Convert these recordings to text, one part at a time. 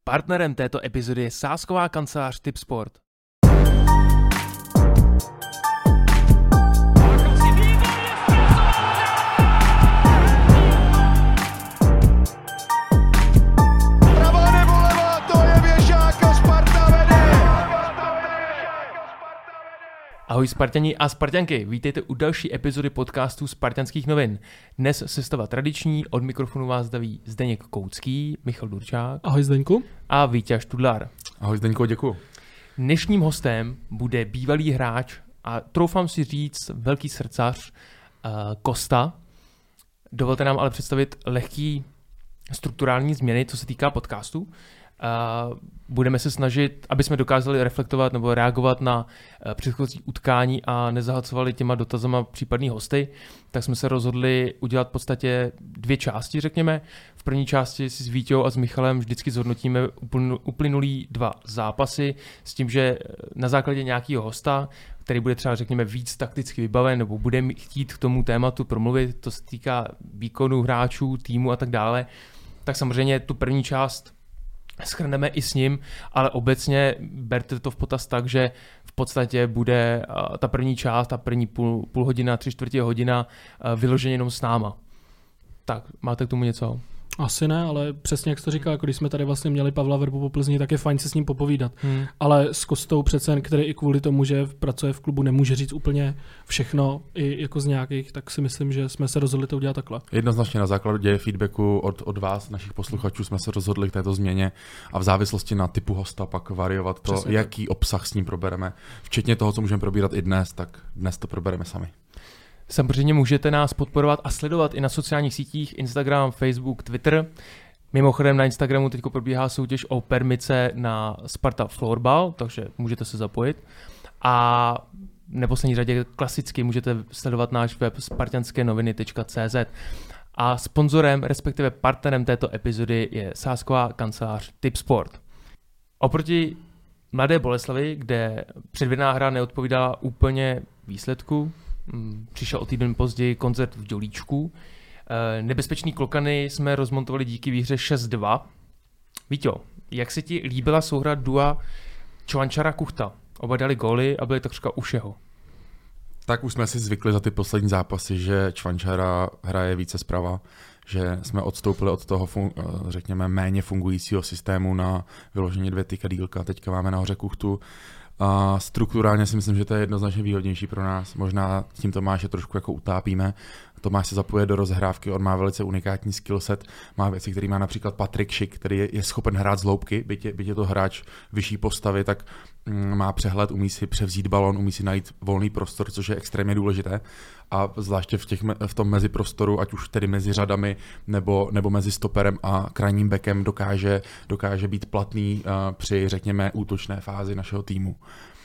Partnerem této epizody je sázková kancelář Tipsport. Ahoj Sparťani a Sparťanky, vítejte u další epizody podcastu Spartanských novin. Dnes sestava tradiční, od mikrofonu vás zdraví Zdeněk Koucký, Michal Durčák. Ahoj Zdeňku. A Vítěz Tudlar. Ahoj Zdeňko, děkuju. Dnešním hostem bude bývalý hráč a troufám si říct velký srdcař Kosta. Dovolte nám ale představit lehký strukturální změny, co se týká podcastu. Budeme se snažit, aby jsme dokázali reflektovat nebo reagovat na předchozí utkání a nezahlcovali těma dotazama případný hosty, tak jsme se rozhodli udělat v podstatě dvě části, řekněme. V první části si s Vítěou a s Michalem vždycky zhodnotíme uplynulý dva zápasy s tím, že na základě nějakého hosta, který bude třeba, řekněme, víc takticky vybaven nebo bude chtít k tomu tématu promluvit, to se týká výkonu hráčů, týmu a tak dále, tak samozřejmě tu první část shrneme i s ním, ale obecně berte to v potaz tak, že v podstatě bude ta první část, ta první půl hodina, 3/4 hodina vyloženě jenom s náma. Tak, máte k tomu něco? Asi ne, ale přesně jak jsi to říkal, jako když jsme tady vlastně měli Pavla Verbu po Plzni, tak je fajn se s ním popovídat. Ale s Kostou přece, který i kvůli tomu, že pracuje v klubu, nemůže říct úplně všechno, i jako z nějakých, tak si myslím, že jsme se rozhodli to udělat takhle. Jednoznačně na základě feedbacku od vás, našich posluchačů, jsme se rozhodli k této změně a v závislosti na typu hosta pak variovat to, přesně jaký obsah s ním probereme. Včetně toho, co můžeme probírat i dnes, tak dnes to probereme sami. Samozřejmě můžete nás podporovat a sledovat i na sociálních sítích Instagram, Facebook, Twitter. Mimochodem na Instagramu teď probíhá soutěž o permice na Sparta Floorball, takže můžete se zapojit. A v neposlední řadě klasicky můžete sledovat náš web spartanskenoviny.cz. A sponzorem, respektive partnerem této epizody je sázková kancelář Tipsport. Oproti Mladé Boleslavi, kde předvědná hra neodpovídala úplně výsledku, přišel o týden později koncert v Dělíčku. Nebezpečný klokany jsme rozmontovali díky výhře 6-2. Víťo, jak se ti líbila souhra dua Čvančara-Kuchta? Oba dali góly a byli takřka u všeho. Tak už jsme si zvykli za ty poslední zápasy, že Čvančara hraje více zprava, že jsme odstoupili od toho, řekněme, méně fungujícího systému na vyložení 2 tykadýlka. Teďka máme nahoře Kuchtu. A strukturálně si myslím, že to je jednoznačně výhodnější pro nás. Možná tím Tomáše trošku jako utápíme. Tomáš se zapojuje do rozhrávky, on má velice unikátní skillset, má věci, který má například Patrik Šik, který je schopen hrát z loupky, byť je to hráč vyšší postavy, tak má přehled, umí si převzít balon, umí si najít volný prostor, což je extrémně důležité. A zvláště v tom meziprostoru, ať už tedy mezi řadami nebo mezi stoperem a krajním bekem dokáže být platný při, řekněme, útočné fázi našeho týmu.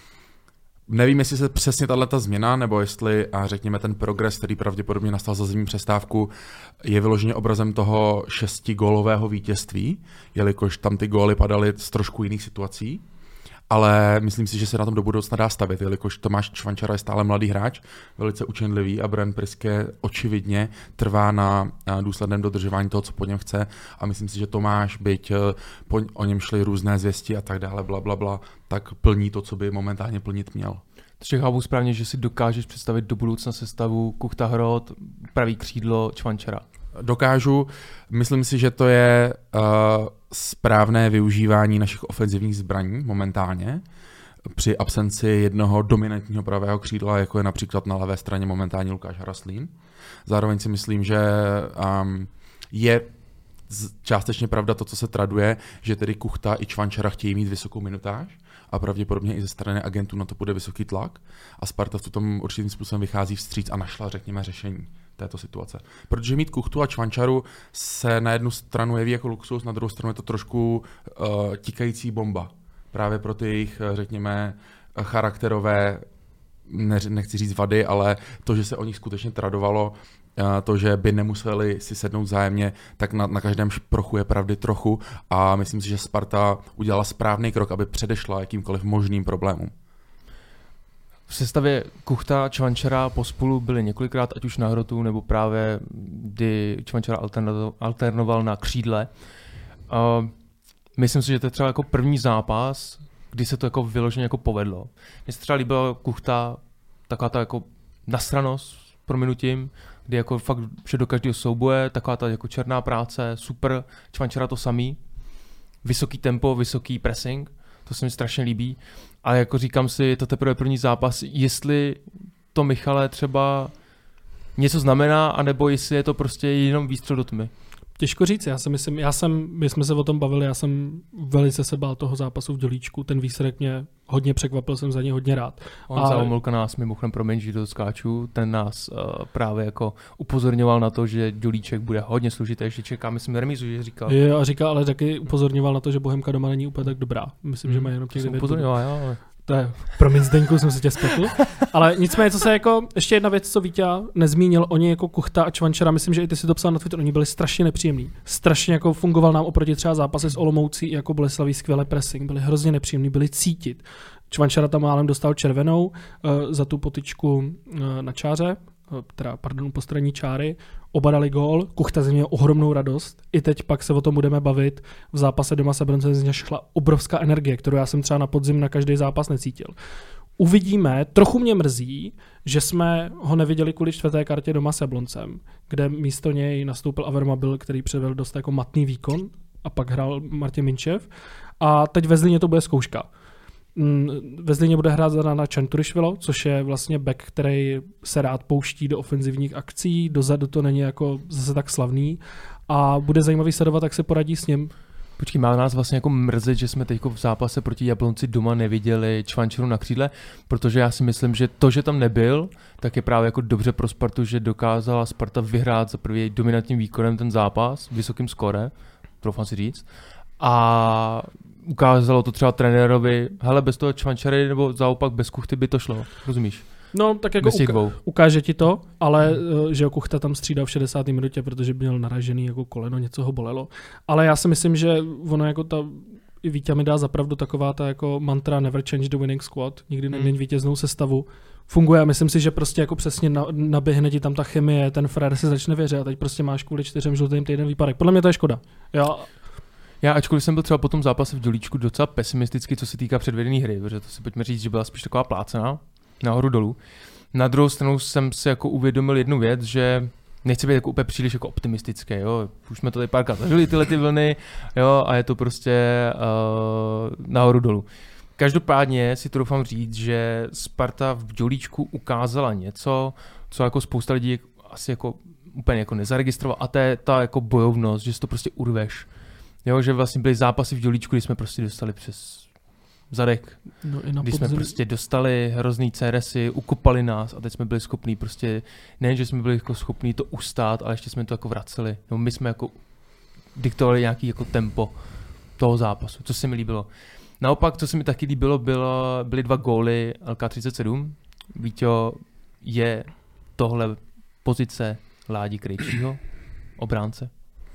Nevím, jestli se přesně tato změna, nebo jestli, a řekněme, ten progres, který pravděpodobně nastal za zimní přestávku, je vyloženě obrazem toho 6gólového vítězství, jelikož tam ty góly padaly z trošku jiných situací. Ale myslím si, že se na tom do budoucna dá stavět, jelikož Tomáš Čvančara je stále mladý hráč, velice učenlivý a Brian Priske očividně trvá na důsledném dodržování toho, co po něm chce. A myslím si, že Tomáš, byť o něm šly různé zvěsti a tak dále, blablabla, tak plní to, co by momentálně plnit měl. Takže chápu správně, že si dokážeš představit do budoucna sestavu Kuchta Hrot, pravý křídlo Čvančara. Dokážu. Myslím si, že to je správné využívání našich ofenzivních zbraní momentálně při absenci jednoho dominantního pravého křídla, jako je například na levé straně momentálně Lukáš Haraslín. Zároveň si myslím, že je částečně pravda to, co se traduje, že tedy Kuchta i Čvančara chtějí mít vysokou minutáž a pravděpodobně i ze strany agentů na to bude vysoký tlak a Sparta v tom určitým způsobem vychází vstříc a našla, řekněme, řešení této situace. Protože mít Kuchtu a Čvančaru se na jednu stranu jeví jako luxus, na druhou stranu je to trošku tikající bomba. Právě pro ty jejich, řekněme, charakterové, nechci říct vady, ale to, že se o nich skutečně tradovalo, to, že by nemuseli si sednout vzájemně, tak na každém šprochu je pravdy trochu a myslím si, že Sparta udělala správný krok, aby předešla jakýmkoliv možným problémům. V sestavě Kuchta, Čvančara pospolu byli několikrát, ať už na hrotu, nebo právě kdy Čvančara alternoval na křídle. myslím si, že to je třeba jako první zápas, kdy se to jako vyloženě jako povedlo. Mně se třeba líbila Kuchta, taková ta jako nasranost s prominutím, kdy jako fakt vše do každého souboje, taková ta jako černá práce, super, Čvančara to samý, vysoký tempo, vysoký pressing, to se mi strašně líbí, ale jako říkám si, to teprve první zápas, jestli to Michale třeba něco znamená, anebo jestli je to prostě jenom výstřel do tmy. Těžko říct, my jsme se o tom bavili, já jsem velice se bál toho zápasu v Dělíčku, ten výsledek mě hodně překvapil, jsem za něj hodně rád. On za Homolka nás mimochodem, promiň, že to skáču, ten nás právě jako upozorňoval na to, že Dělíček bude hodně složitý, ještě čeká, myslím, remízu, že říkal. Jo, a říkal, ale taky upozorňoval na to, že Bohemka doma není úplně tak dobrá. Myslím, že má jenom těch 9. Upozorňoval, jo, ale... To je, promiň Zdeňku, jsem se tě spletl. Ale nicméně, co se jako, ještě jedna věc, co Vítě nezmínil, oni jako Kuchta a Čvančara, myslím, že i ty si to psal na Twitter, oni byli strašně nepříjemní. Strašně jako fungoval nám oproti třeba zápasy s Olomoucí, jako Boleslaví skvělé pressing, byli hrozně nepříjemní, byli cítit. Čvančara tam málem dostal červenou za tu potyčku na čáře, po straně čáry, oba dali gól, Kuchta z něj měl ohromnou radost. I teď pak se o tom budeme bavit. V zápase doma s Jabloncem z něj šla obrovská energie, kterou já jsem třeba na podzim na každý zápas necítil. Uvidíme, trochu mě mrzí, že jsme ho neviděli kvůli 4. kartě doma s Jabloncem, kde místo něj nastoupil Avermabil, který předvedl dost jako matný výkon a pak hrál Martin Minčev. A teď ve Zlíně to bude zkouška. Ve Zlíně bude hrát na Čanturišvilo, což je vlastně back, který se rád pouští do ofenzivních akcí, dozadu to není jako zase tak slavný a bude zajímavý sledovat, jak se poradí s ním. Počkej, má nás vlastně jako mrzet, že jsme teď v zápase proti Jablonci doma neviděli Čvančaru na křídle, protože já si myslím, že to, že tam nebyl, tak je právě jako dobře pro Spartu, že dokázala Sparta vyhrát za první dominantním výkonem ten zápas, vysokým skóre, troufám si říct, a ukázalo to třeba trenérovi, hele, bez toho Čvančary nebo zaopak bez Kuchty by to šlo, rozumíš? No, tak jako ukáže ti to, ale že Kuchta tam střídal v 60. minutě, protože měl naražený jako koleno, něco ho bolelo. Ale já si myslím, že ono jako i Vítě mi dá zapravdu taková ta jako mantra never change the winning squad, nikdy neměň vítěznou sestavu. Funguje a myslím si, že prostě jako přesně naběhne ti tam ta chemie, ten frér si začne věřit a teď prostě máš kvůli 4 žlutým týden výpadek. Podle mě to je škoda. Já ačkoliv jsem byl třeba po tom zápase v Dělíčku docela pesimistický, co se týká předvedené hry, protože to si pojďme říct, že byla spíš taková plácená, nahoru dolů. Na druhou stranu jsem si jako uvědomil jednu věc, že nechci být jako úplně příliš jako optimistický, jo. Už jsme to tady párkrát zažili tyhle ty vlny, jo, a je to prostě nahoru dolů. Každopádně si to doufám říct, že Sparta v Dělíčku ukázala něco, co jako spousta lidí asi jako úplně jako nezaregistrovala, a to je ta jako bojovnost, že si to prostě urveš. Jo, že vlastně byly zápasy v Dělíčku, kdy jsme prostě dostali přes zadek, kdy jsme prostě dostali hrozný CRSy, ukopali nás a teď jsme byli schopní prostě, nejen, že jsme byli jako schopní to ustát, ale ještě jsme to jako vraceli. No, my jsme jako diktovali nějaký jako tempo toho zápasu, co se mi líbilo. Naopak, co se mi taky líbilo, byly 2 góly LK37. Víťo, je tohle pozice Ládi Krejčího, obránce?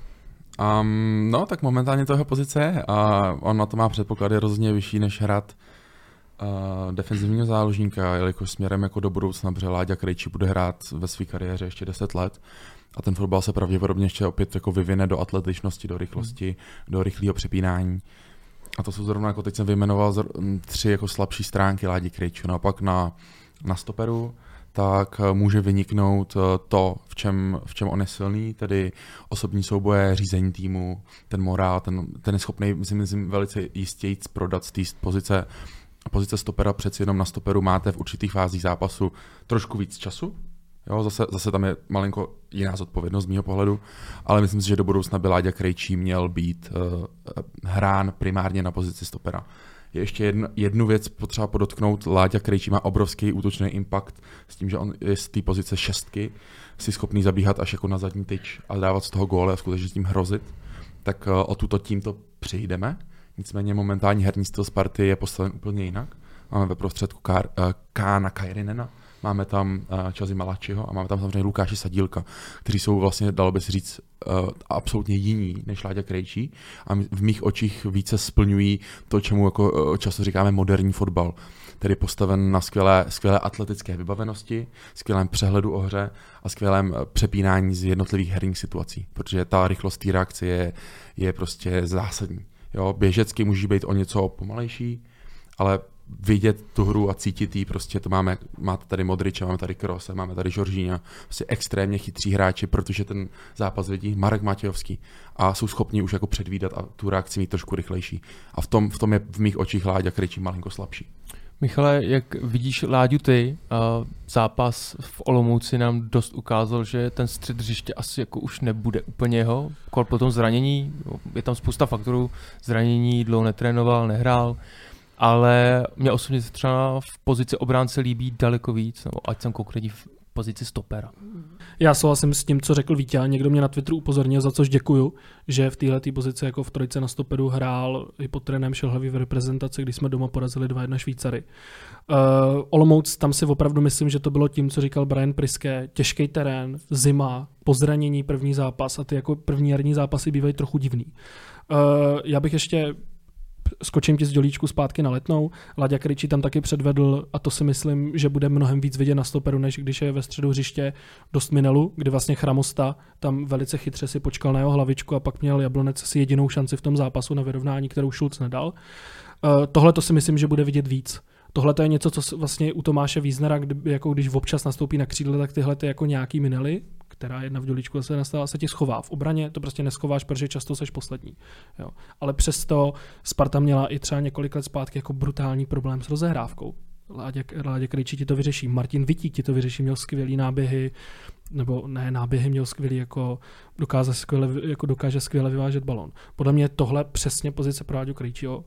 No, tak momentálně to jeho pozice je a on na to má předpoklady rozhodně vyšší, než hrát defenzivního záložníka, jelikož směrem jako do budoucna, protože Láďa Krejčí bude hrát ve své kariéře ještě 10 let a ten fotbal se pravděpodobně ještě opět jako vyvine do atletičnosti, do rychlosti, do rychlého přepínání. A to jsou zrovna, jako teď jsem vyjmenoval 3 jako slabší stránky Ládi Krejčího. Naopak na stoperu tak může vyniknout to, v čem on je silný, tedy osobní souboje, řízení týmu, ten morál, ten je schopný, myslím, velice jistě prodat z té pozice stopera. Přeci jenom na stoperu máte v určitých fázích zápasu trošku víc času. Jo, zase tam je malinko jiná zodpovědnost z mýho pohledu, ale myslím si, že do budoucna by Láďa Krejčí měl být hrán primárně na pozici stopera. Je ještě jednu věc potřeba podotknout. Láďa Krejčí má obrovský útočný impact s tím, že on je z té pozice 6 si schopný zabíhat až jako na zadní tyč a dávat z toho góly a skutečně s tím hrozit. Tak o tuto tímto přijdeme. Nicméně momentální herní styl Sparty je postaven úplně jinak. Máme ve prostředku Kána Kajrinena, máme tam Čazi Malačiho a máme tam samozřejmě Lukáše Sadílka, kteří jsou vlastně, dalo by se říct, absolutně jiní než Láďa Krejčí a v mých očích více splňují to, čemu jako často říkáme moderní fotbal, tedy postaven na skvělé atletické vybavenosti, skvělém přehledu o hře a skvělém přepínání z jednotlivých herních situací, protože ta rychlost té reakce je prostě zásadní. Jo, běžecky může být o něco pomalejší, ale vidět tu hru a cítit jí, prostě to máte tady Modriče, máme tady Kroose, máme tady Jorginha, prostě extrémně chytří hráči, protože ten zápas vidí Marek Matějovský a jsou schopni už jako předvídat a tu reakci mít trošku rychlejší. A v tom je v mých očích Láďa Krejčí malinko slabší. Michale, jak vidíš Láďu ty, zápas v Olomouci nám dost ukázal, že ten střed hřiště asi jako už nebude úplně jeho, po tom zranění, je tam spousta faktorů, zranění, dlouho netrénoval, nehrál, ale mě osobně se třeba v pozici obránce líbí daleko víc, nebo ať jsem konkrétní v pozici stopera. Já souhlasím s tím, co řekl Vítě. Někdo mě na Twitteru upozornil, za což děkuju, že v této pozici jako v trojce na stoperu hrál i pod trénem Šelhavý v reprezentaci, když jsme doma porazili 2-1 Švýcary. Olomouc, tam si opravdu myslím, že to bylo tím, co říkal Brian Priske. Těžký terén, zima, pozranění, první zápas a ty jako první jarní zápasy bývají trochu divný. Já bych ještě skočím ti z dělíčku zpátky na Letnou. Láďa Krejčí tam taky předvedl a to si myslím, že bude mnohem víc vidět na stoperu, než když je ve středu hřiště dost Minelu, kdy vlastně Chramosta tam velice chytře si počkal na jeho hlavičku a pak měl Jablonec si jedinou šanci v tom zápasu na vyrovnání, kterou Šulc nedal. Tohle to si myslím, že bude vidět víc. Tohle to je něco, co vlastně u Tomáše Wiesnera, jako když občas nastoupí na křídle, tak tyhle ty jako nějaký Minely, která jedna v dělíčku se nastala, se ti schová. V obraně to prostě neschováš, protože často seš poslední. Jo. Ale přesto Sparta měla i třeba několik let zpátky jako brutální problém s rozehrávkou. Láďa Krejčí ti to vyřeší, Martin Vitík ti to vyřeší, měl skvělý náběhy, nebo ne náběhy, měl skvělý, jako dokáže skvěle vyvážet balon. Podle mě tohle přesně pozice pro Láďu Krejčího.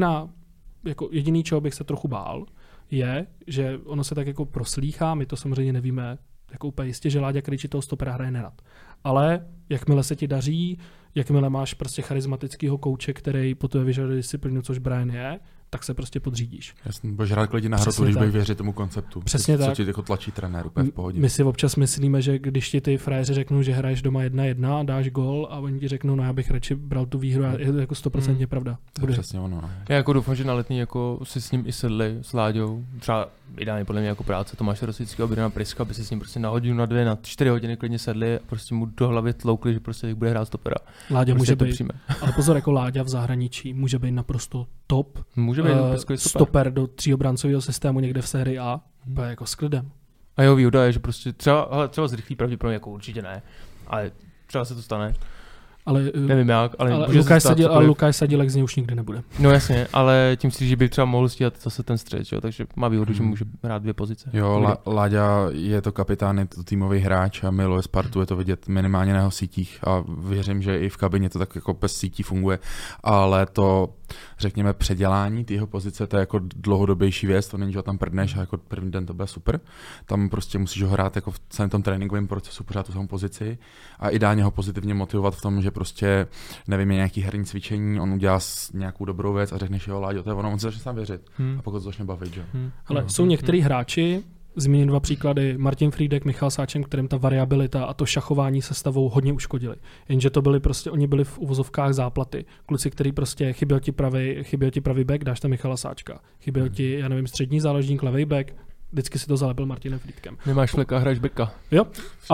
Jediný, čeho bych se trochu bál, je, že ono se tak jako proslýchá, my to samozřejmě nevíme jako úplně jistě, že Láďa Krejčí toho stopera hraje nerad. Ale jakmile se ti daří, jakmile máš prostě charismatického kouče, který po tebe vyžaduje disciplínu, což Brian je, tak se prostě podřídíš. Jasně, budeš hrát lidi na hrotu, když budeš věřit tomu konceptu. Přesně tak. Co ti jako tlačí trenér, úplně v pohodě. My si občas myslíme, že když ti ty frajeři řeknou, že hraješ doma 1-1 a dáš gól a oni ti řeknou, no já bych radši bral tu výhru a je to jako 100% pravda. To je přesně ono. No. Já jako doufám, že na Letný jako si s ním i sedli s Láďou. Třeba ideálně podle mě jako práce Tomáše Rosického, Briana Priska, aby si s ním prostě na hodinu, na 2, na 4 hodiny klidně sedli a prostě mu do hlavy tloukli, že prostě bude hrát stopera. Láďa prostě může být, ale pozor, jako Láďa v zahraničí může být naprosto top. Může být stoper do tříobrancového systému někde v sérii A, jako s klidem. A jeho výhoda je, že prostě třeba z rychlý pravděpodobně jako určitě ne, ale třeba se to stane. Ale, nevím jak, ale Lukáš Sadílek z něj už nikdy nebude. No jasně, ale tím si, že by třeba mohl stíhat zase ten střed, jo? Takže má výhodu, že může hrát 2 pozice. Jo, Láďa je to kapitán, je to týmový hráč a miluje Spartu, je to vidět minimálně na jeho sítích a věřím, že i v kabině to tak jako bez sítí funguje, ale to, řekněme, předělání té jeho pozice, to je jako dlouhodobější věc, to není, že ho tam prdneš a jako první den to bude super. Tam prostě musíš ho hrát jako v celém tom tréninkovém procesu pořád tu samou pozici a ideálně ho pozitivně motivovat v tom, že prostě nevím, je nějaký herní cvičení, on udělá nějakou dobrou věc a řekneš, jo, Láďo, to je ono, on se začne sám věřit. A pokud to začne bavit, že? Ale jsou některý hráči, zmíním 2 příklady, Martin Frýdek, Michal Sáčen, kterým ta variabilita a to šachování sestavou hodně uškodili. Jenže to byli prostě, oni byli v uvozovkách záplaty. Kluci, který prostě chyběl ti pravý back, dáš tam Michala Sáčka. Chyběl ti, já nevím, střední záložník, levý back, vždycky si to zalepil Martinem Frýdkem. Nemáš fleka, hraješ backa. Jo,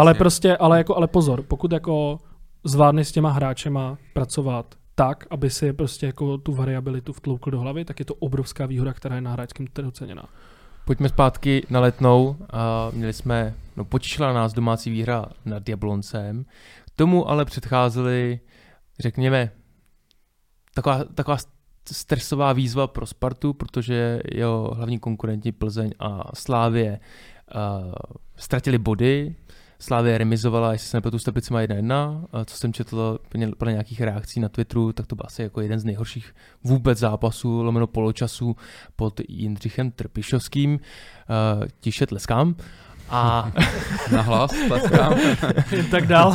ale pozor, pokud jako zvládneš s těma hráčema pracovat tak, aby si prostě jako tu variabilitu vtloukl do hlavy, tak je to obrovská výhoda, která je na hráčském trhu ceněná. Pojďme zpátky na Letnou. Měli jsme, potěšila nás domácí výhra nad Jabloncem. Tomu ale předcházely, řekněme, taková stresová výzva pro Spartu, protože jeho hlavní konkurenti Plzeň a Slavie ztratili body. Slavie remizovala, jestli se nepletu, s Teplicema 1-1. Co jsem četl podle nějakých reakcí na Twitteru, tak to byl asi jako jeden z nejhorších vůbec zápasů, lomeno poločasu pod Jindřichem Trpišovským. Tiše tleskám. A nahlas tleskám. Tak dál.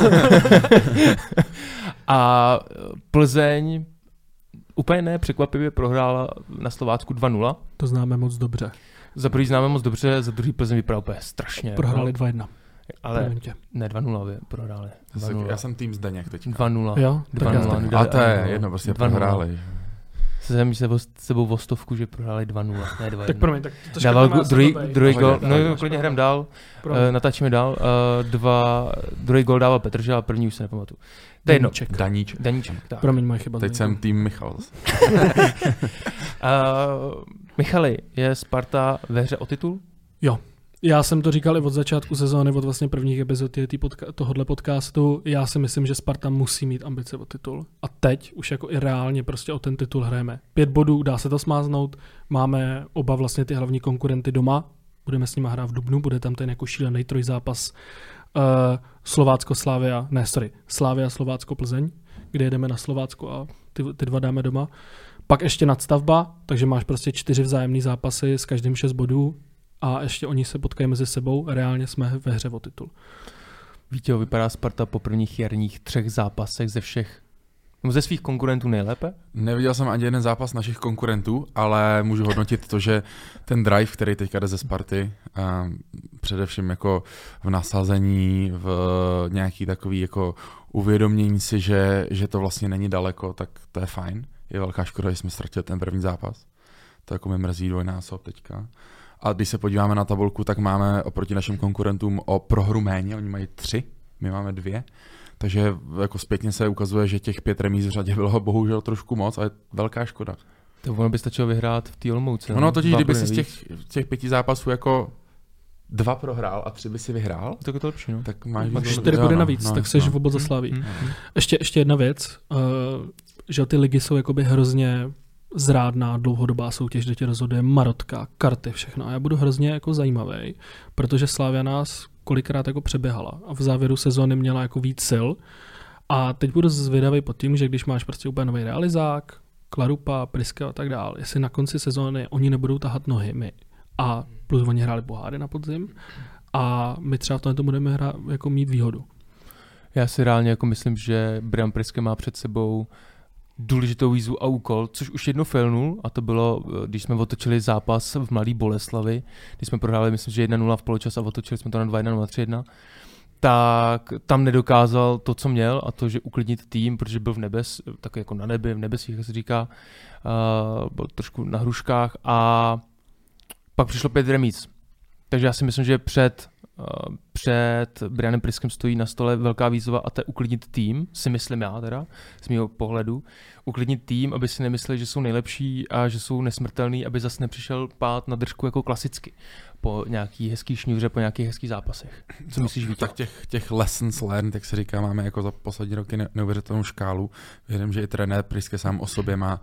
A Plzeň úplně nepřekvapivě prohrála na Slovácku 2-0. To známe moc dobře. Za první známe moc dobře, za druhý Plzeň vypadá úplně strašně. Prohráli 2-1. Ale ne, 2-0 prohráli. 2-0. Já jsem tým Zdeněk teďka. 2-0. Jo? 2-0. A to je jedno, prostě prohráli. jsem se sebou o 100, že prohráli 2-0, ne 2-1. Tak promiň, tak to dával druhý gol, no klidně hrem dál, natáčíme dál, druhý gol dával Petržel a první už se nepamatuju. To je jedno. Daníček, tak. Promiň, moje chyba. Teď jsem tým Michal. Michali, je Sparta ve hře o titul? Jo. Já jsem to říkal i od začátku sezóny, od vlastně prvních epizod tohohle podcastu. Já si myslím, že Sparta musí mít ambice o titul. A teď už jako i reálně prostě o ten titul hrajeme. 5 bodů, dá se to smáznout. Máme oba vlastně ty hlavní konkurenty doma. Budeme s nimi hrát v dubnu, bude tam ten jako šílený trojzápas Slavia, Slovácko, Plzeň, kde jedeme na Slovácko a ty 2 dáme doma. Pak ještě nadstavba, takže máš prostě 4 vzájemný zápasy, s každým 6 bodů. A ještě oni se potkají mezi sebou, reálně jsme ve hře o titul. Víte, vypadá Sparta po prvních jarních 3 zápasech ze svých konkurentů nejlépe? Neviděl jsem ani jeden zápas našich konkurentů, ale můžu hodnotit to, že ten drive, který teďka jde ze Sparty, především jako v nasazení, v nějaký takový jako uvědomění si, že to vlastně není daleko, tak to je fajn. Je velká škoda, že jsme ztratili ten první zápas. To jako mi mrzí dvojnásob teďka. A když se podíváme na tabulku, tak máme oproti našim konkurentům o prohru méně, oni mají 3, my máme 2. Takže jako zpětně se ukazuje, že těch 5 remíz v řadě bylo bohužel trošku moc a je velká škoda. To ono by stačilo vyhrát v té Olomouci. Ono totiž, kdyby si z těch 5 zápasů jako 2 prohrál a 3 by si vyhrál, tak je to lepší, no. Tak máš 4 body navíc, tak seš v obod za Slaví. Ještě jedna věc, že ty ligy jsou jakoby hrozně zrádná dlouhodobá soutěž, kde tě rozhoduje marotka, karty, všechno. A já budu hrozně jako zajímavý, protože Slavia nás kolikrát jako přeběhala a v závěru sezóny měla jako víc sil. A teď budu zvědavý pod tím, že když máš prostě úplně nový realizák, Klarupa, Priska a tak dále, jestli na konci sezóny oni nebudou tahat nohy my. A plus oni hráli poháry na podzim a my třeba v tomto budeme jako mít výhodu. Já si reálně jako myslím, že Brian Priske má před sebou důležitou výzvu a úkol, což už jednou failnul, a to bylo, když jsme otočili zápas v Mladý Boleslavi, když jsme prohráli, myslím, že 1-0 v poločas a otočili jsme to na 2-1, 3-1, tak tam nedokázal to, co měl, a to, že uklidnit tým, protože byl tak jako na nebi, v nebesích, jak se říká, byl trošku na hruškách a pak přišlo 5 remíz. Takže já si myslím, že před Brianem Priskem stojí na stole velká výzva a to je uklidnit tým, si myslím já teda, z mého pohledu. Uklidnit tým, aby si nemysleli, že jsou nejlepší a že jsou nesmrtelný, aby zase nepřišel pád na držku jako klasicky po nějaký hezký šňůře, po nějakých hezkých zápasech. Co myslíš, Víťo? Tak těch lessons learned, jak se říká, máme jako za poslední roky neuvěřitelnou škálu. Věřím, že i trenér Priske sám o sobě má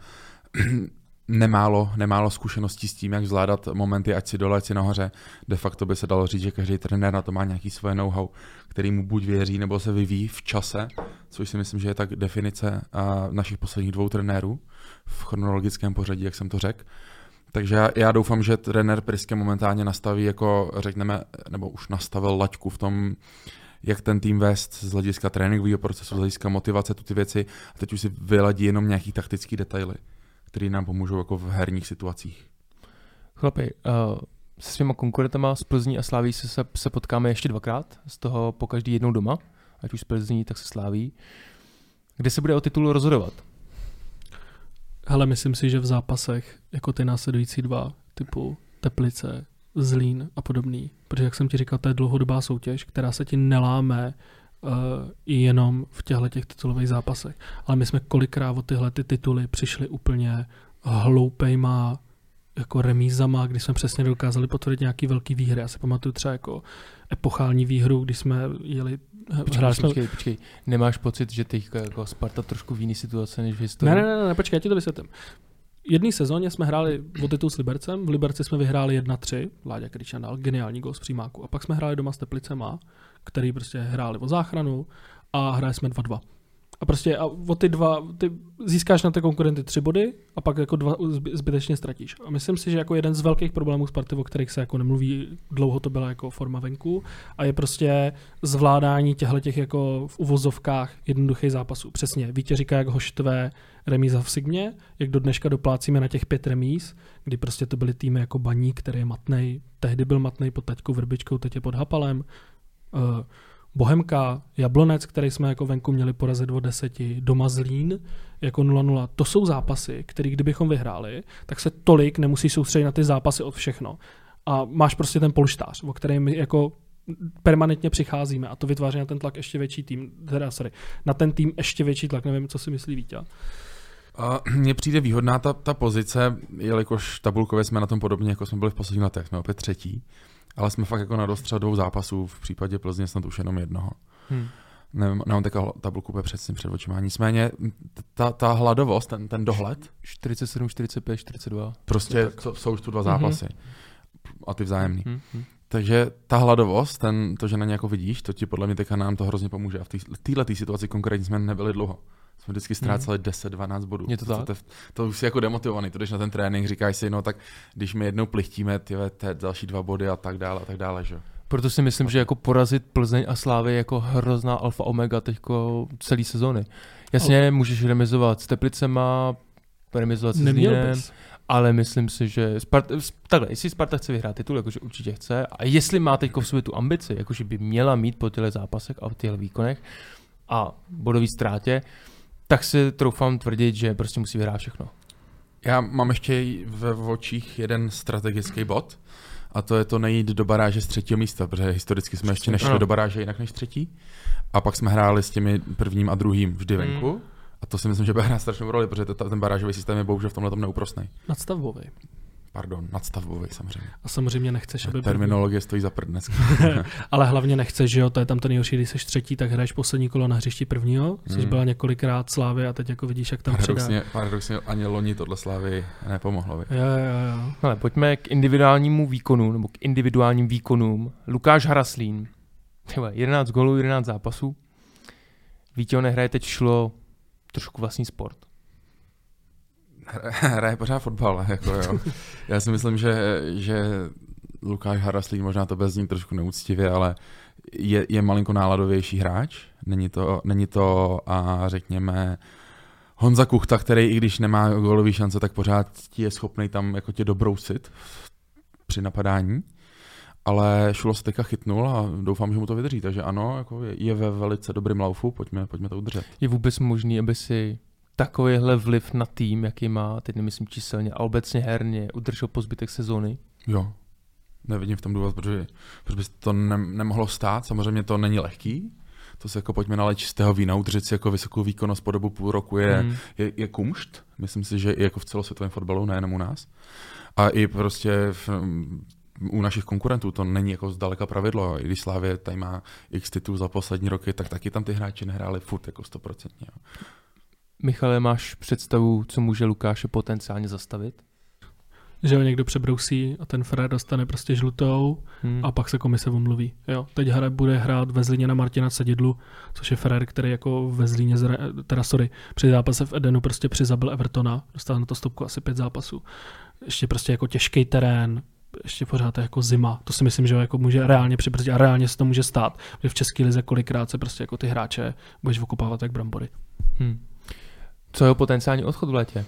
nemálo zkušeností s tím, jak zvládat momenty, ať si dole, ať si nahoře. De facto by se dalo říct, že každý trenér na to má nějaký svoje know-how, který mu buď věří, nebo se vyvíjí v čase, což si myslím, že je tak definice našich posledních 2 trenérů v chronologickém pořadí, jak jsem to řekl. Takže já doufám, že trenér Priske momentálně nastaví, jako řekneme, nebo už nastavil laťku v tom, jak ten tým vést z hlediska tréninkového procesu, z hlediska motivace, ty věci. A teď už si vyladí jenom nějaký taktický detaily, které nám pomůžou jako v herních situacích. Chlapi, se svýma konkurentama z Plzní a Slaví se potkáme ještě 2krát, z toho po každý jednou doma, ať už z Plzní, tak se Slaví. Kde se bude o titul rozhodovat? Hele, myslím si, že v zápasech jako ty následující 2, typu Teplice, Zlín a podobný, protože jak jsem ti říkal, to je dlouhodobá soutěž, která se ti neláme i jenom v těch titulových zápasech. Ale my jsme kolikrát o tyhle ty tituly přišli úplně hloupejma jako remízama, kdy jsme přesně dokázali potvrdit nějaký velký výhry. Já si pamatuju třeba jako epochální výhru, když jsme jeli... Počkej. Nemáš pocit, že teď jako Sparta trošku v jiný situace než v historii? Ne, počkej, já ti to vysvětlím. Jedné sezóně jsme hráli o titul s Libercem, v Liberci jsme vyhráli 1-3, Láďa Kryčan dal geniální gól z přímáku. A pak jsme hráli doma s Teplicema, který prostě hráli o záchranu a hráli jsme 2-2. A prostě o ty 2, ty získáš na ty konkurenty 3 body a pak jako 2 zbytečně ztratíš. A myslím si, že jako jeden z velkých problémů Sparty, o kterých se jako nemluví, dlouho to byla jako forma venku a je prostě zvládání těchto jako v uvozovkách jednoduchých zápasů. Přesně, Vítě říká, jak ho štve remíza v Sigmě, jak do dneška doplácíme na těch 5 remíz, kdy prostě to byly týmy jako Baník, který je matnej, tehdy byl matnej pod Taťkou Vrbičkou, teď je pod Hapalem. Bohemka, Jablonec, který jsme jako venku měli porazit o 10, doma Zlín jako 0-0. To jsou zápasy, které kdybychom vyhráli, tak se tolik nemusí soustředit na ty zápasy od všechno. A máš prostě ten polštář, o kterém my jako permanentně přicházíme a to vytváří na ten tlak ještě větší tým, na ten tým ještě větší tlak, nevím, co si myslí Víťa. Mně přijde výhodná ta pozice, jelikož tabulkově jsme na tom podobně, jako jsme byli v posledních letech, jsme opět třetí, ale jsme fakt jako na dostřel 2 zápasů, v případě Plzně snad už jenom 1. Nemám takovou tabulku před očima. Nicméně ta hladovost, ten dohled. 47, 45, 42. Prostě jsou už tu 2 zápasy. A ty vzájemný. Takže ta hladovost, to, že na ně jako vidíš, to ti podle mě teďka nám to hrozně pomůže. A v této situaci konkrétně jsme nebyli dlouho. Jsme vždycky ztráceli 10-12 bodů. Je to tak? To už jsi jako demotivovaný. To jdeš na ten trénink, říkáš si, no tak když my jednou plichtíme, další 2 body a tak dále, že? Proto si myslím, že jako porazit Plzeň a Slávy je jako hrozná alfa omega teďko celý sezóny. Jasně, můžeš remizovat s Teplicema, remizovat se Zlínem, ale myslím si, že takhle, jestli Sparta chce vyhrát titul, jakože určitě chce, a jestli má teďko v sobě tu ambici, jakože by měla mít po těchto zápasech a v těchto výkonech a bodový ztrátě, tak si troufám tvrdit, že prostě musí vyhrát všechno. Já mám ještě ve očích jeden strategický bod, a to je to nejít do baráže z 3. místa, protože historicky jsme ještě nešli do baráže jinak než 3. A pak jsme hráli s těmi 1. a 2. vždy venku. A to si myslím, že bude hrát strašnou roli, protože ten barážový systém je bohužel v tomhle tom neúprosnej. Nadstavbový samozřejmě. A samozřejmě nechceš, aby terminologie stojí za prd dneska. Ale hlavně nechceš, že jo, to je tam ten nejhorší, když jsi 3, tak hraješ poslední kolo na hřišti 1. Což byla několikrát Slávy a teď jako vidíš, jak tam Paradoxně ani loni tohle Slávy nepomohlo. Jo. Ale pojďme k individuálnímu výkonu, nebo k individuálním výkonům. Lukáš Haraslín. 11 gólů, 11 zápasů. Vítěho nehraje, teď šlo trošku vlastní sport. Hraje pořád fotbal, jako jo. Já si myslím, že Lukáš Haraslín, možná to bez ní trošku neúctivě, ale je malinko náladovější hráč. Není to a řekněme Honza Kuchta, který i když nemá gólový šance, tak pořád je schopný tam jako tě dobrousit při napadání. Ale Šulo se teďka chytnul a doufám, že mu to vydrží. Takže ano, jako je ve velice dobrým laufu, pojďme to udržet. Je vůbec možný, aby si takovýhle vliv na tým, jaký má, teď nemyslím číselně, a obecně herně, udržel po zbytek sezóny? Jo, nevidím v tom důvod, protože by to nemohlo stát. Samozřejmě to není lehký. To se jako pojďme nalít čistého vína, udržet si jako vysokou výkonnost po dobu půl roku je kumšt. Myslím si, že i jako v celosvětovém fotbalu, nejenom u nás. A i prostě u našich konkurentů to není jako zdaleka pravidlo. I když Slavie tady má x titulů za poslední roky, tak taky tam ty hráči nehráli furt jako 100%. Jo. Michale, máš představu, co může Lukáše potenciálně zastavit? Že ho někdo přebrousí a ten Fred dostane prostě žlutou a pak se komise omluví. Jo, teď bude hrát ve Zlíně na Martina Sedidlu, což je Ferrer, který jako ve Zlíně, při zápase v Edenu prostě přizabil Evertona, dostal na to stopku asi 5 zápasů. Ještě prostě jako těžký terén, ještě pořád jako zima. To si myslím, že jako může reálně přibrzdit a reálně se to může stát, že v české lize kolikrát se prostě jako ty hráče budeš okupávat jak brambory. Co je jeho potenciální odchod v létě?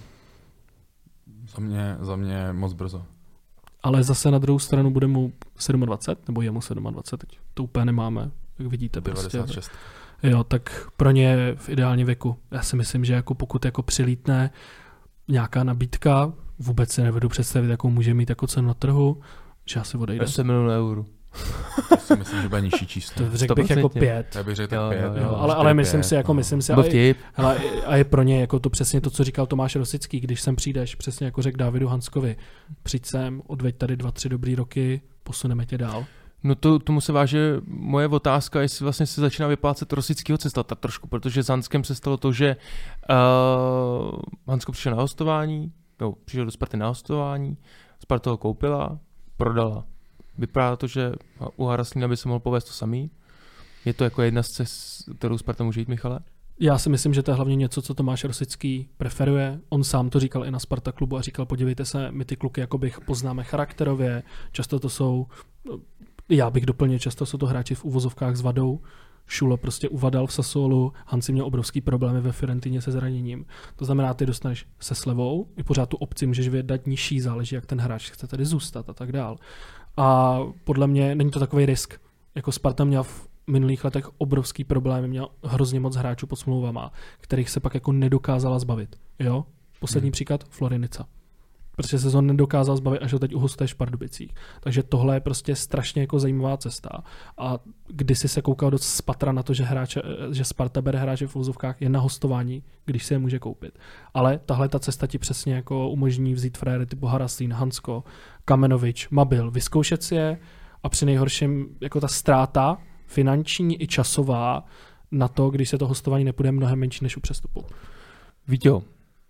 Za mě moc brzo. Ale zase na druhou stranu bude mu 27, nebo je mu 27, teď to úplně nemáme, jak vidíte. 96. Prostě. Jo, tak pro ně v ideálním věku. Já si myslím, že jako pokud jako přilítne nějaká nabídka, vůbec si nevedu představit, jakou může mít jako cenu na trhu, že asi odejde. 8 milionů eur. To si myslím, že bude nižší číslo. To řekl bych jako 5. Já bych řekl tak 5. Jo, ale myslím si, a je pro ně jako to přesně to, co říkal Tomáš Rosický, když sem přijdeš, přesně jako řekl Dávidu Hanskovi, přijď sem, odveď tady 2-3 dobrý roky, posuneme tě dál. No tomu se váže moje otázka, jestli vlastně se začíná vyplácet Rosickýho cesta tak trošku, protože s Hanskem se stalo to, že Hansko přišel na hostování, přišel do Sparty na hostování, Sparta ho koupila, prodala. Vypadá to, že u Haraslína by se mohl povést to samý. Je to jako jedna z cest, kterou Sparta může jít, Michale? Já si myslím, že to je hlavně něco, co Tomáš Rosický preferuje. On sám to říkal i na Sparta klubu a říkal, podívejte se, my ty kluky jakoby poznáme charakterově, často to jsou, já bych doplnil, často jsou to hráči v uvozovkách s vadou. Šulo prostě uvadal v Sassuolu, Hansi měl obrovský problémy ve Fiorentině se zraněním. To znamená, ty dostaneš se slevou, i pořád tu opci můžeš vydat nižší, záleží, jak ten hráč chce tady zůstat a tak dál. A podle mě není to takový risk. Jako Sparta měla minulých letech obrovský problém, měl hrozně moc hráčů pod smlouvama, kterých se pak jako nedokázala zbavit. Jo? Poslední příklad, Florinica. Protože se to nedokázal zbavit, až ho teď uhostuje v Pardubicích. Takže tohle je prostě strašně jako zajímavá cesta. A kdysi se koukal dost z patra na to, že Sparta bere hráče v úzovkách jen na hostování, když se je může koupit. Ale tahle ta cesta ti přesně jako umožní vzít frajery typu Haraslín, Hansko, Kamenovič, Mabil, vyzkoušet si je a při nejhorším jako ta ztráta finanční i časová na to, když se to hostování nepůjde mnohem menší než u přestupu. Víťo,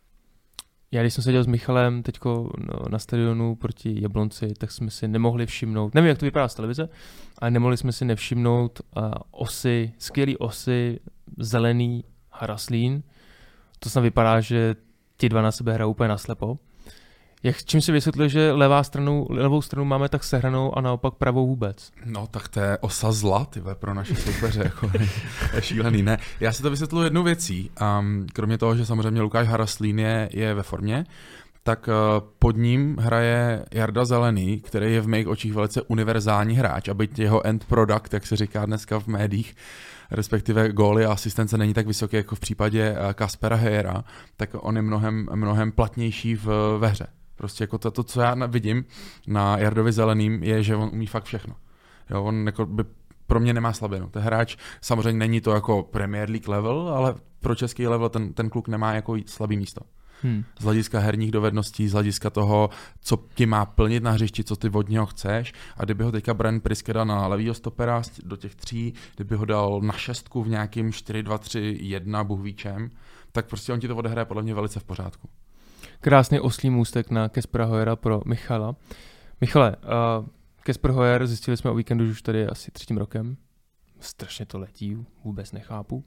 já když jsem seděl s Michalem teďko na stadionu proti Jablonci, tak jsme si nemohli všimnout, nevím, jak to vypadá z televize, ale nemohli jsme si nevšimnout skvělý osy, zelený Haraslín. To snad vypadá, že ti dva na sebe hrajou úplně naslepo. Čím si vysvětluje, že levou stranu máme tak sehranou a naopak pravou vůbec? No tak to je osa zla, pro naše soupeře, jako je šílený. Ne, já si to vysvětluji jednou věcí. Kromě toho, že samozřejmě Lukáš Haraslín je ve formě, tak pod ním hraje Jarda Zelený, který je v mých očích velice univerzální hráč, a byť jeho end product, jak se říká dneska v médiích, respektive góly a asistence není tak vysoký jako v případě Kaspera Hejera, tak on je mnohem platnější ve hře. Prostě jako to, co já vidím na Jardovi Zeleným, je, že on umí fakt všechno. Jo, on jako by pro mě nemá slabinu. Ten hráč samozřejmě není to jako Premier League level, ale pro český level ten kluk nemá jako slabý místo. Z hlediska herních dovedností, z hlediska toho, co ti má plnit na hřišti, co ty od něho chceš. A kdyby ho teďka Brian Priske dal na levýho stopera do těch 3, kdyby ho dal na 6 v nějakým 4-2-3-1 Bůh ví čem, tak prostě on ti to odehraje podle mě velice v pořádku. Krásný oslý můstek na Kaspera Hojera pro Michala. Michale, Kasper Hojer, zjistili jsme o víkendu, že už tady je asi 3. rokem. Strašně to letí, vůbec nechápu.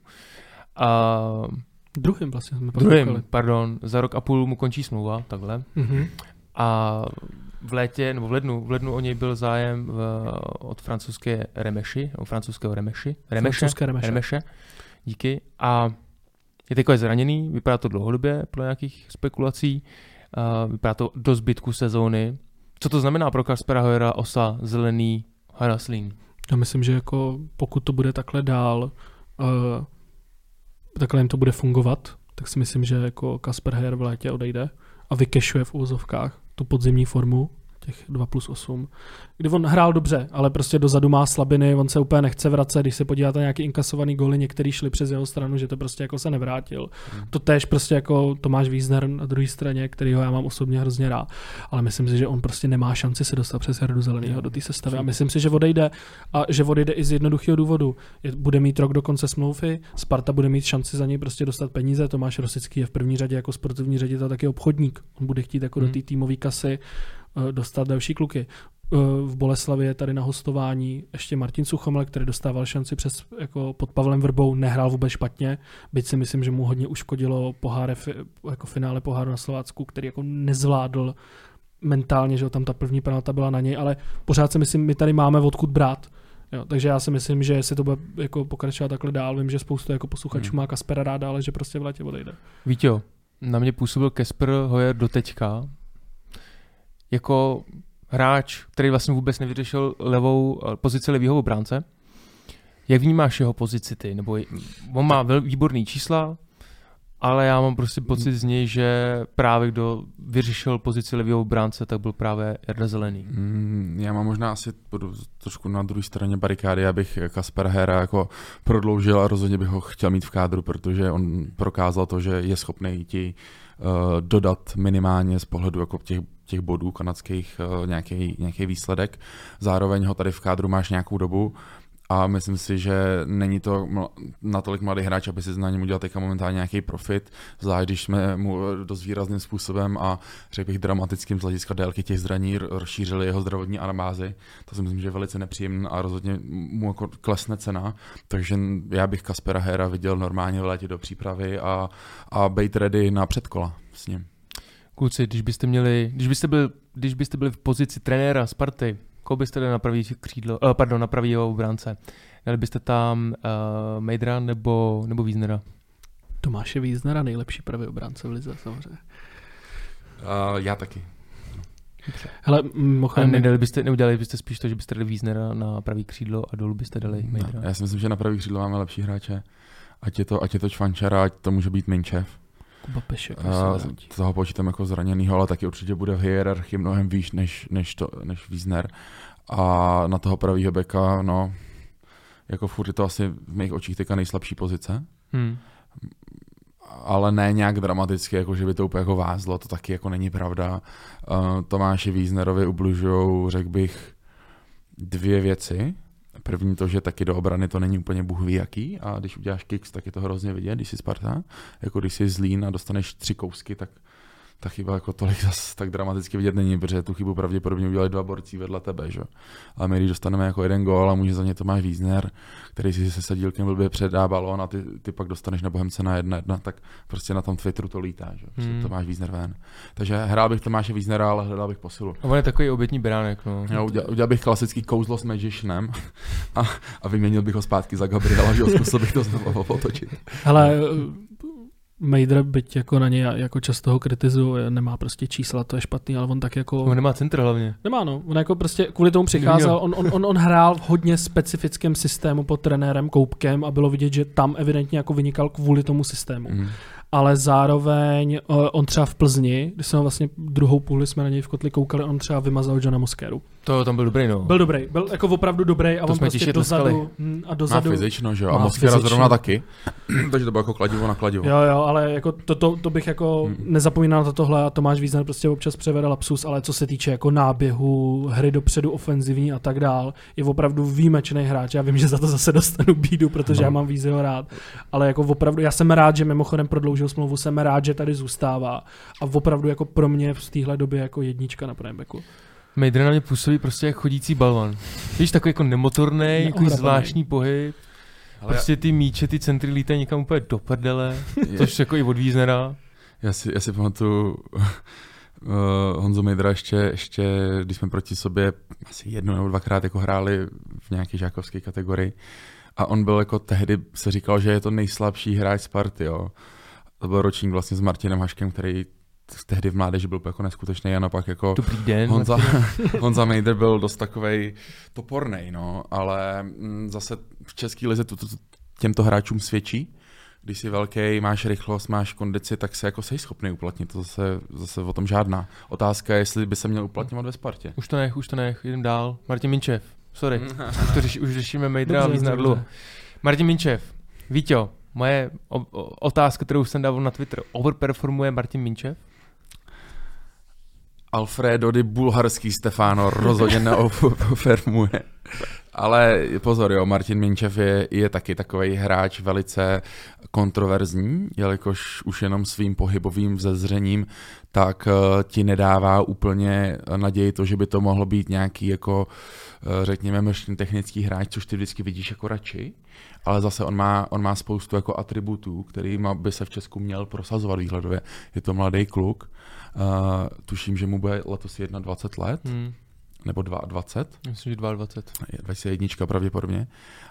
Druhým vlastně jsme Druhým, pardon, za rok a půl mu končí smlouva, takhle. Mm-hmm. A v létě, nebo v lednu o něj byl zájem od francouzské francouzského Remeše. Díky. A je teď zraněný, vypadá to dlouhodobě podle nějakých spekulací, vypadá to do zbytku sezóny. Co to znamená pro Kaspera Hojera, osa, zelený, Haraslín? Já myslím, že jako pokud to bude takhle dál, takhle jim to bude fungovat, tak si myslím, že jako Kasper Hojer v létě odejde a vykešuje v úvozovkách tu podzimní formu, těch 2+8, kdy on hrál dobře, ale prostě dozadu má slabiny, on se úplně nechce vracet, když se podíváte na nějaký inkasovaný góly, některý šli přes jeho stranu, že to prostě jako se nevrátil. To též prostě jako Tomáš Wiesner na druhé straně, kterýho já mám osobně hrozně rád, ale myslím si, že on prostě nemá šanci se dostat přes Jardu Zelenýho do té sestavy a myslím si, že odejde a že odejde i z jednoduchého důvodu. Bude mít rok do konce smlouvy, Sparta bude mít šanci za něj prostě dostat peníze, Tomáš Rosický je v první řadě jako sportovní ředitel taky obchodník. On bude chtít jako do té týmové kasy dostat další kluky. V Boleslavi je tady na hostování ještě Martin Suchomel, který dostával šanci jako pod Pavlem Vrbou, nehrál vůbec špatně, byť si myslím, že mu hodně uškodilo jako finále poháru na Slovácku, který jako nezvládl mentálně, že tam ta první penalta byla na něj, ale pořád si myslím, my tady máme odkud brát. Jo, takže já si myslím, že jestli to bude jako pokračovat takhle dál, vím, že spoustu jako posluchačů má Kaspera ráda, ale že prostě v létě odejde. Víťo, na mě působil Kasper Hojer doteďka jako hráč, který vlastně vůbec nevyřešil pozici levýho obránce. Jak vnímáš jeho pozici ty? Nebo on má výborný čísla, ale já mám prostě pocit z něj, že právě kdo vyřešil pozici levýho obránce, tak byl právě Jarda Zelený. Já mám možná asi trošku na druhé straně barikády, abych Kaspera Hojera jako prodloužil a rozhodně bych ho chtěl mít v kádru, protože on prokázal to, že je schopný ti dodat minimálně z pohledu jako těch bodů kanadských nějaký výsledek. Zároveň ho tady v kádru máš nějakou dobu a myslím si, že není to natolik mladý hráč, aby si na něm udělal teďka momentálně nějaký profit, zvlášť když jsme mu dost výrazným způsobem a řekl bych dramatickým z hlediska délky těch zraní rozšířili jeho zdravotní anabázy. To si myslím, že je velice nepříjemné a rozhodně mu jako klesne cena, takže já bych Kaspera Hojera viděl normálně v létě do přípravy a být ready na předkola s ním. Kluci, když byste byli v pozici trenéra Sparty, koho byste dali na pravý křídlo, na pravýho obránce? Dali byste tam Mejdra nebo Wiesnera? Tomáše Wiesnera, nejlepší pravý obránce v lize, samozřejmě. Já taky. Hele, neudělali byste spíš to, že byste dali Wiesnera na pravý křídlo a dolů byste dali Mejdra? Já si myslím, že na pravý křídlo máme lepší hráče. Ať je to Čvančara, ať to může být Minčev. Kuba Pešek. Toho počítám jako zraněnýho, ale taky určitě bude v hierarchii mnohem výš než Wiesner. A na toho pravýho beka, no, jako furt je to asi v mých očích teďka nejslabší pozice. Ale ne nějak dramaticky, jako že by to úplně jako vázlo, to taky jako není pravda. Tomáši Wiesnerovi ublužujou, řekl bych, 2 věci. První to, že taky do obrany to není úplně bůh ví jaký a když uděláš kicks, tak je to hrozně vidět, když jsi Sparta. Jako když jsi Zlín a dostaneš 3 kousky, tak ta chyba jako tolik zase tak dramaticky vidět není, protože tu chybu pravděpodobně udělali 2 borci vedle tebe, že? Ale my když dostaneme jako 1 gól a může za ně Tomáš Wiesner, který si se sadílkem blbě předá balón a ty pak dostaneš na Bohemce na 1-1, tak prostě na tom Twitteru to lítá, že? Prostě Tomáš Wiesner ven. Takže hrál bych Tomáše Wiesnera, ale hledal bych posilu. A on je takový obětní beránek, no. Já udělal bych klasický kouzlo s Magicianem a vyměnil bych ho zpátky za Gabriela, že zkusil bych to znovu otočit. Hele, Mejdr, byť jako na něj jako často ho kritizuju, nemá prostě čísla, to je špatný, ale on tak jako... On nemá centr hlavně. Nemá, no. On jako prostě kvůli tomu přicházel, on hrál v hodně specifickém systému pod trenérem Koupkem a bylo vidět, že tam evidentně jako vynikal kvůli tomu systému. Ale zároveň on třeba v Plzni, když jsme vlastně druhou půli jsme na něj v kotli koukali, on třeba vymazal Johna Mosqueru. To tam byl dobrý, no. Byl dobrý, byl jako opravdu dobrý a to on prostě dozadu. Má fyzično, že jo, a Mosquera zrovna taky. Takže to bylo jako kladivo na kladivo. Jo, ale jako to bych jako nezapomínal na tohle a Tomáš Wiesner prostě občas převede lapsus, ale co se týče jako náběhu, hry dopředu ofenzivní a tak dál, je opravdu výjimečný hráč. Já vím, že za to zase dostanu bídu, protože já mám Wiesnera rád, ale jako opravdu já jsem rád, že mimochodem prodloužil smlouvu, jsem rád, že tady zůstává a opravdu jako pro mě v téhle době jako jednička na pravém beku. Mejdr na mě působí prostě jak chodící balvan. Víš, takový jako nemotorný, jako zvláštní pohyb. Ale prostě ty míče, ty centry lítají někam úplně do prdele, což jako i od Wiesnera. Já si pamatuju Honzu Mejdra ještě, když jsme proti sobě asi 1 nebo 2krát jako hráli v nějaké žákovské kategorii a on byl jako tehdy, se říkal, že je to nejslabší hráč Sparty, jo. To byl ročník vlastně s Martinem Haškem, který tehdy v mládeži byl jako neskutečný a napak jako Honza Mejdr byl dost takovej topornej, no, ale zase v české lize těmto hráčům svědčí. Když jsi velký, máš rychlost, máš kondici, tak se jako jsi schopný uplatnit. To zase o tom žádná. Otázka je, jestli by se měl uplatňovat ve Spartě. Už to nech, jdem dál. Martin Minčev, sorry. Už řešíme Mejdra a Wiesnera dlouho. Martin Minčev, Víťo, moje otázka, kterou jsem dával na Twitter. Overperformuje Martin Minčev? Alfredo di bulharský Stefano rozhodně neoperformuje. Ale pozor, jo, Martin Minčev je taky takovej hráč velice kontroverzní, jelikož už jenom svým pohybovým vzezřením tak ti nedává úplně naději to, že by to mohlo být nějaký jako řekněme machine technický hráč, což ty vždycky vidíš jako radši, ale zase on má spoustu jako atributů, kterými by se v Česku měl prosazovat výhledově. Je to mladý kluk, tuším, že mu bude letos 21 let, nebo 22. Myslím, že 22. 21 pravděpodobně.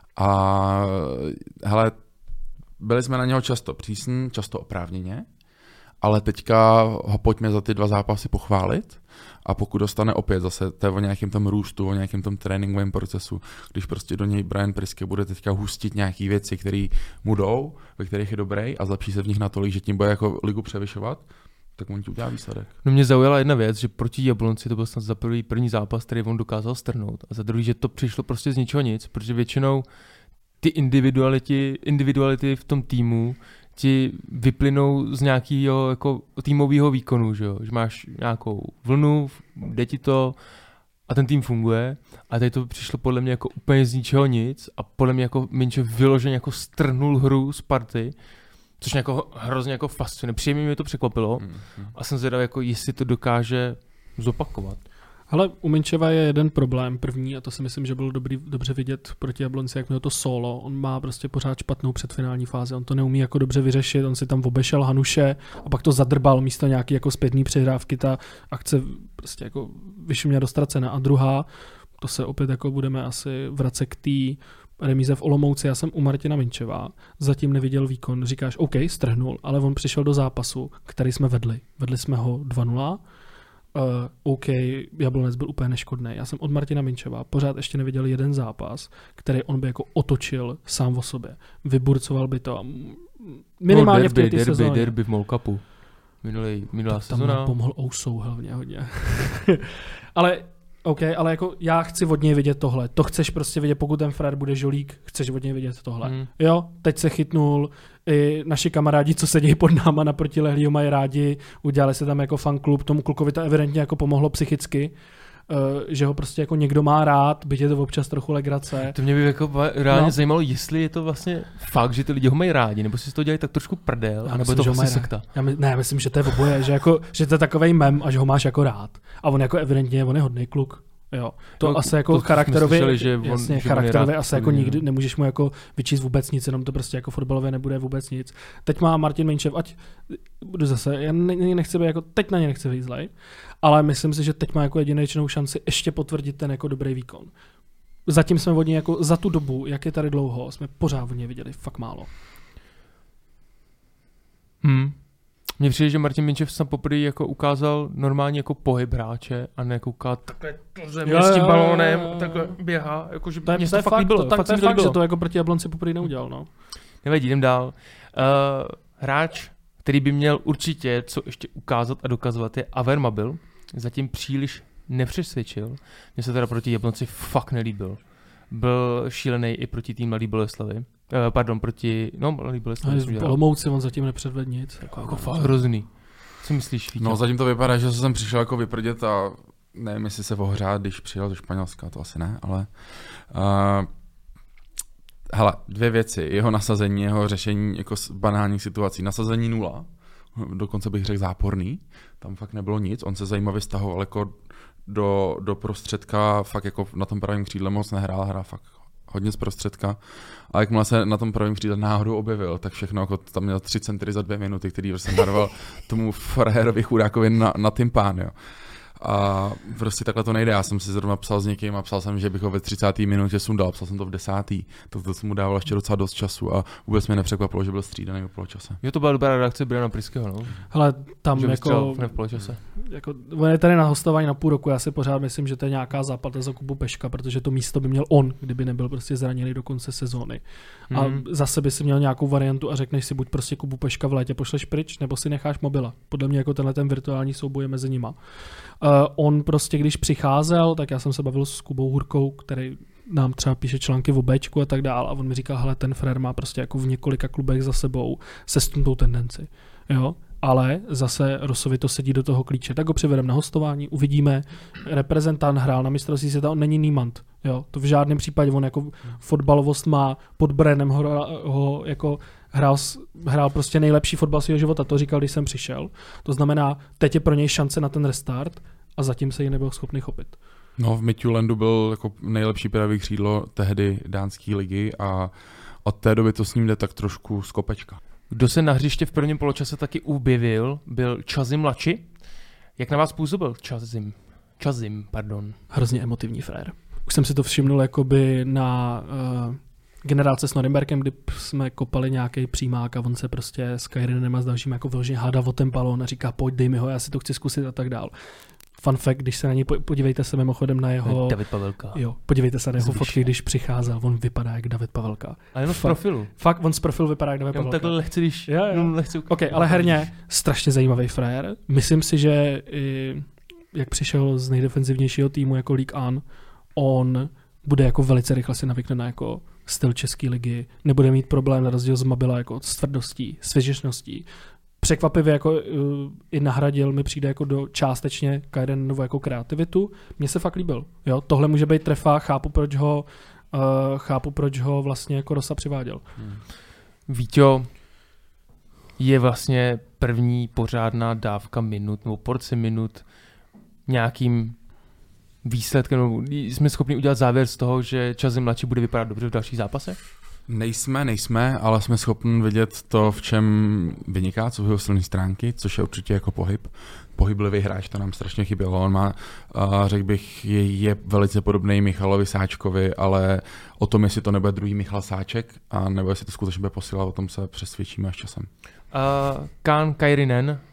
A hele, byli jsme na něho často přísní, často oprávněně, ale teďka ho pojďme za ty 2 zápasy pochválit a pokud dostane opět zase to o nějakém tom růstu, o nějakém tom tréninkovém procesu, když prostě do něj Brian Priske bude teďka hustit nějaký věci, které mu jdou, ve kterých je dobrý a zlepší se v nich natolik, že tím bude jako ligu převyšovat, tak on ti udělá výsledek. No mě zaujala jedna věc, že proti Jablonci to byl snad za první zápas, který on dokázal strhnout a za druhý, že to přišlo prostě z ničeho nic, protože většinou ty individuality v tom týmu ti vyplynou z nějakého jako týmového výkonu, že máš nějakou vlnu, jde ti to a ten tým funguje a tady to přišlo podle mě jako úplně z ničeho nic a podle mě jako Minčev vyloženě jako strhnul hru Sparty, což mě jako hrozně jako fascinuje. Příjemně mě to překvapilo a jsem zvědavý, jako jestli to dokáže zopakovat. Ale u Minčeva je jeden problém první a to si myslím, že bylo dobře vidět proti Jablonci, jak měl to solo. On má prostě pořád špatnou předfinální fázi, on to neumí jako dobře vyřešit, on si tam obešel Hanuše a pak to zadrbal místo nějaký jako zpětný přihrávky, ta akce prostě jako vyšumě dostracena. A druhá, to se opět jako budeme asi vracet k té remíze v Olomouci, já jsem u Martina Minčeva, zatím neviděl výkon, říkáš OK, strhnul, ale on přišel do zápasu, který jsme vedli. Vedli jsme ho 2-0, OK, Jablonec byl úplně neškodný. Já jsem od Martina Minčeva pořád ještě neviděl jeden zápas, který on by jako otočil sám o sobě. Vyburcoval by to minimálně v té sezóně. Derby v MOL Cupu. Minulá sezóna. Tam pomohl Ousou hlavně hodně. Ale OK, ale jako já chci od něj vidět tohle. To chceš prostě vidět, pokud ten frér bude žolík, chceš od něj vidět tohle. Jo, teď se chytnul, i naši kamarádi, co sedí pod náma na protilehlýho, mají rádi, udělali se tam jako fanklub, tomu klukovi to evidentně jako pomohlo psychicky, že ho prostě jako někdo má rád, byť je to občas trochu legrace. To mě by jako reálně zajímalo, jestli je to vlastně fakt, že ty lidi ho mají rádi, nebo si to dělají tak trošku prdel, anebo je to vlastně sekta. Myslím, že to je oboje, že to je takovej mem a že ho máš jako rád. A on jako evidentně, on je hodný kluk. Jo. To asi jako charakterově, charakterově asi jako nikdy nemůžeš mu jako vyčíst vůbec nic, jenom to prostě jako fotbalově nebude vůbec nic. Teď má Martin Minčev, ať budu zase, já nechci být jako, teď na ně nechci být zlej, ale myslím si, že teď má jako jedinečnou šanci ještě potvrdit ten jako dobrý výkon. Zatím jsme od něj jako za tu dobu, jak je tady dlouho, jsme pořád od něj viděli fakt málo. Mně přijde, že Martin Minčev sam poprvé jako ukázal normálně jako pohyb hráče a ne koukat takhle to země s tím balónem, takhle běhá, jakože to je fakt líbilo. To je fakt, že to jako proti Jablonci poprvé neudělal. No. Nevadí, jdem dál. Hráč, který by měl určitě co ještě ukázat a dokazovat, je Avermabil. Zatím příliš nepřesvědčil. Mně se teda proti Jablonci fakt nelíbil. Byl šílený i proti tým Mladý Boleslavi. Proti Mladý Boleslavi. V Olomouci on zatím nepředvedl nic. Jako fakt hrozný. Co myslíš, Vítě? No zatím to vypadá, že jsem přišel jako vyprdět a nevím, jestli se ohřát, když přijel do Španělska, to asi ne, ale hele, 2 věci. Jeho nasazení, jeho řešení jako banálních situací. Nasazení 0, dokonce bych řekl záporný, tam fakt nebylo nic, on se zajímavě stahoval jako do prostředka, fakt jako na tom pravém křídle moc nehrál fakt hodně z prostředka. A jakmile se na tom pravém křídle náhodou objevil, tak všechno, jako tam měl 3 centry za 2 minuty, který jsem daroval tomu frajerovi chudákovi na tympán, jo. A prostě takhle to nejde. Já jsem si zrovna psal s někým a psal jsem, že bych ho ve 30. minutě sundal. Psal jsem to v 10. To jsem mu dával ještě docela dost času a vůbec mě nepřekvapilo, že byl střídaný v poločase. Jo, to byla dobrá reakce Briana Priského, no. Hele, tam že jako v poločase. Jako on je tady na hostování na půl roku. Já si pořád myslím, že to je nějaká záplata za Kubu Peška, protože to místo by měl on, kdyby nebyl prostě zraněný do konce sezóny. A zase by si měl nějakou variantu a řekneš si buď prostě Kubu Peška v létě pošleš pryč, nebo si necháš Mobila. Podle mě jako tenhle ten virtuální souboj je mezi nima. On prostě, když přicházel, tak já jsem se bavil s Kubou Hurkou, který nám třeba píše články o Bčku a tak dál, a on mi říkal, hele, ten frér má prostě jako v několika klubech za sebou sestupnou tendenci. Jo? Ale zase Rosovi to sedí do toho klíče. Tak ho přivedeme na hostování, uvidíme. Reprezentant hrál na mistrovství světa, on není Niemand. Jo? To v žádném případě, on jako fotbalovost má, pod Brennem ho jako hrál prostě nejlepší fotbal svého života, to říkal, když jsem přišel. To znamená, teď je pro něj šance na ten restart a zatím se ji nebyl schopný chopit. No, v Midtjyllandu byl jako nejlepší pravý křídlo tehdy dánské ligy a od té doby to s ním jde tak trošku z kopečka. Kdo se na hřiště v prvním poločase taky objevil, byl Chazim Lači. Jak na vás působil Chazim, pardon. Hrozně emotivní frér. Už jsem si to všimnul jakoby na generálce s Norimberkem, kdy jsme kopali nějaký přímák a on se prostě s Kairinem a s dalším jako vyloženě hádá o ten balón a říká, pojď, dej mi ho, já si to chci zkusit a tak dál. Fun fact, když se na něj podívejte se mimochodem na jeho... David Pavelka. Jo, podívejte se na jeho fotky, když přicházel, on vypadá jak David Pavelka. A jenom z profilu. Fakt, on z profilu vypadá jak David Pavelka. Takhle lehce, když... Lehce OK, ale herně strašně zajímavý frajer. Myslím si, že jak přišel z nejdefenzivnějšího týmu jako Ligue 1, on bude jako velice rychle si navykne na jako styl české ligy, nebude mít problém na rozdíl z Mobila jako s tvrdostí, s vyžišností. Překvapivě jako i nahradil, mi přijde jako do částečně Kairenovu jako kreativitu. Mně se fakt líbil. Jo? Tohle může být trefa, chápu, proč ho vlastně jako Rosa přiváděl. Víťo, je vlastně první pořádná dávka minut, nebo porce minut nějakým výsledkem, jsme schopni udělat závěr z toho, že Chazim Lači bude vypadat dobře v dalších zápasech? Nejsme, ale jsme schopni vidět to, v čem vyniká, co jsou jeho silné stránky, což je určitě jako pohyb. Pohyblivý hráč, to nám strašně chybělo. On má, řekl bych, je velice podobný Michalovi Sáčkovi, ale o tom, jestli to nebude druhý Michal Sáček, a nebo jestli to skutečně bude posílat, o tom se přesvědčíme až časem. Kaan Kairinen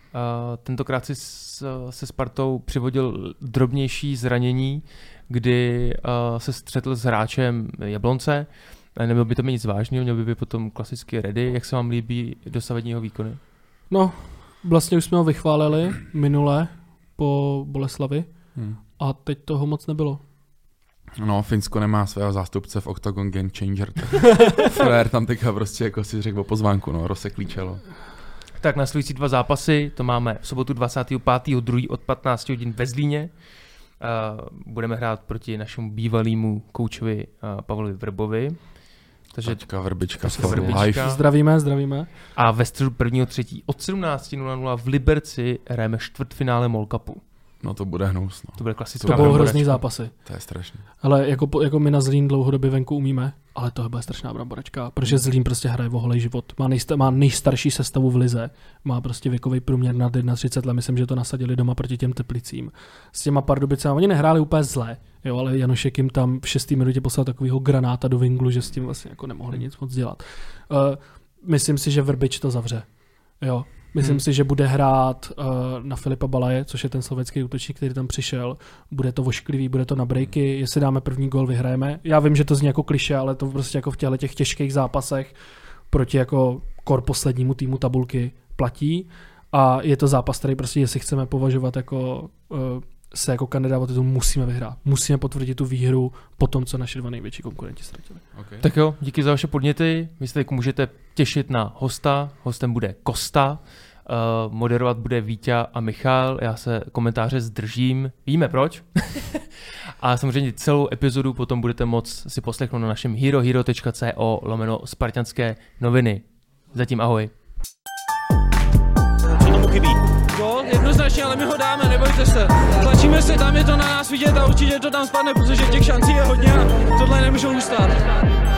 tentokrát si se Spartou přivodil drobnější zranění, kdy se střetl s hráčem Jablonce. Neměl by to mít nic vážného, měl by být potom klasicky ready. Jak se vám líbí dosavadního výkony? No, vlastně už jsme ho vychválili minule po Boleslavi a teď toho moc nebylo. No, Finsko nemá svého zástupce v Octagon Game Changer. Frér tam teďka prostě, jako si řekl o pozvánku, no, rozseklý čelo. Tak následující 2 zápasy, to máme v sobotu 25.2. od 15 hodin ve Zlíně. Budeme hrát proti našemu bývalému koučovi Pavlovi Vrbovi. Takže Vrbička. Zdravíme. A ve středu 1.3. od 17.00 v Liberci hrajeme čtvrtfinále MOL Cupu. No to bude hnus. No. To bude klasická. To budou hrozný zápasy. To je strašný. Ale jako my na Zlín dlouhodobě venku umíme, ale to bude strašná bramboračka, protože Zlín prostě hraje o holej život. Má nejstarší sestavu v lize, má prostě věkový průměr nad 31 let, myslím, že to nasadili doma proti těm Teplicím. S těma Pardubicemi, oni nehráli úplně zle, jo, ale Janošek jim tam v 6. minutě poslal takovýho granáta do vinglu, že s tím vlastně jako nemohli nic moc dělat. Myslím si, že Vrbič to zavře. Jo. Myslím si, že bude hrát na Filipa Balaje, což je ten slovenský útočník, který tam přišel. Bude to ošklivý, bude to na breaky, jestli dáme první gól, vyhrajeme. Já vím, že to zní jako klišé, ale to prostě jako v těch těžkých zápasech proti jako poslednímu týmu tabulky platí. A je to zápas, který prostě, jestli chceme považovat jako se jako kandidát o titul, musíme vyhrát. Musíme potvrdit tu výhru po tom, co naši 2 největší konkurenti ztratili. Okay. Tak jo, díky za vaše podněty. Vy se můžete těšit na hosta. Hostem bude Kosta. Moderovat bude Víťa a Michal. Já se komentáře zdržím. Víme proč. A samozřejmě celou epizodu potom budete moct si poslechnout na našem herohero.co/spartanské noviny. Zatím ahoj. Co tomu chybí? Gól, jednoznačně, ale my ho dáme, nebojte se. Tlačíme se, tam je to na nás vidět a určitě to tam spadne, protože těch šancí je hodně a tohle nemůžou ustát.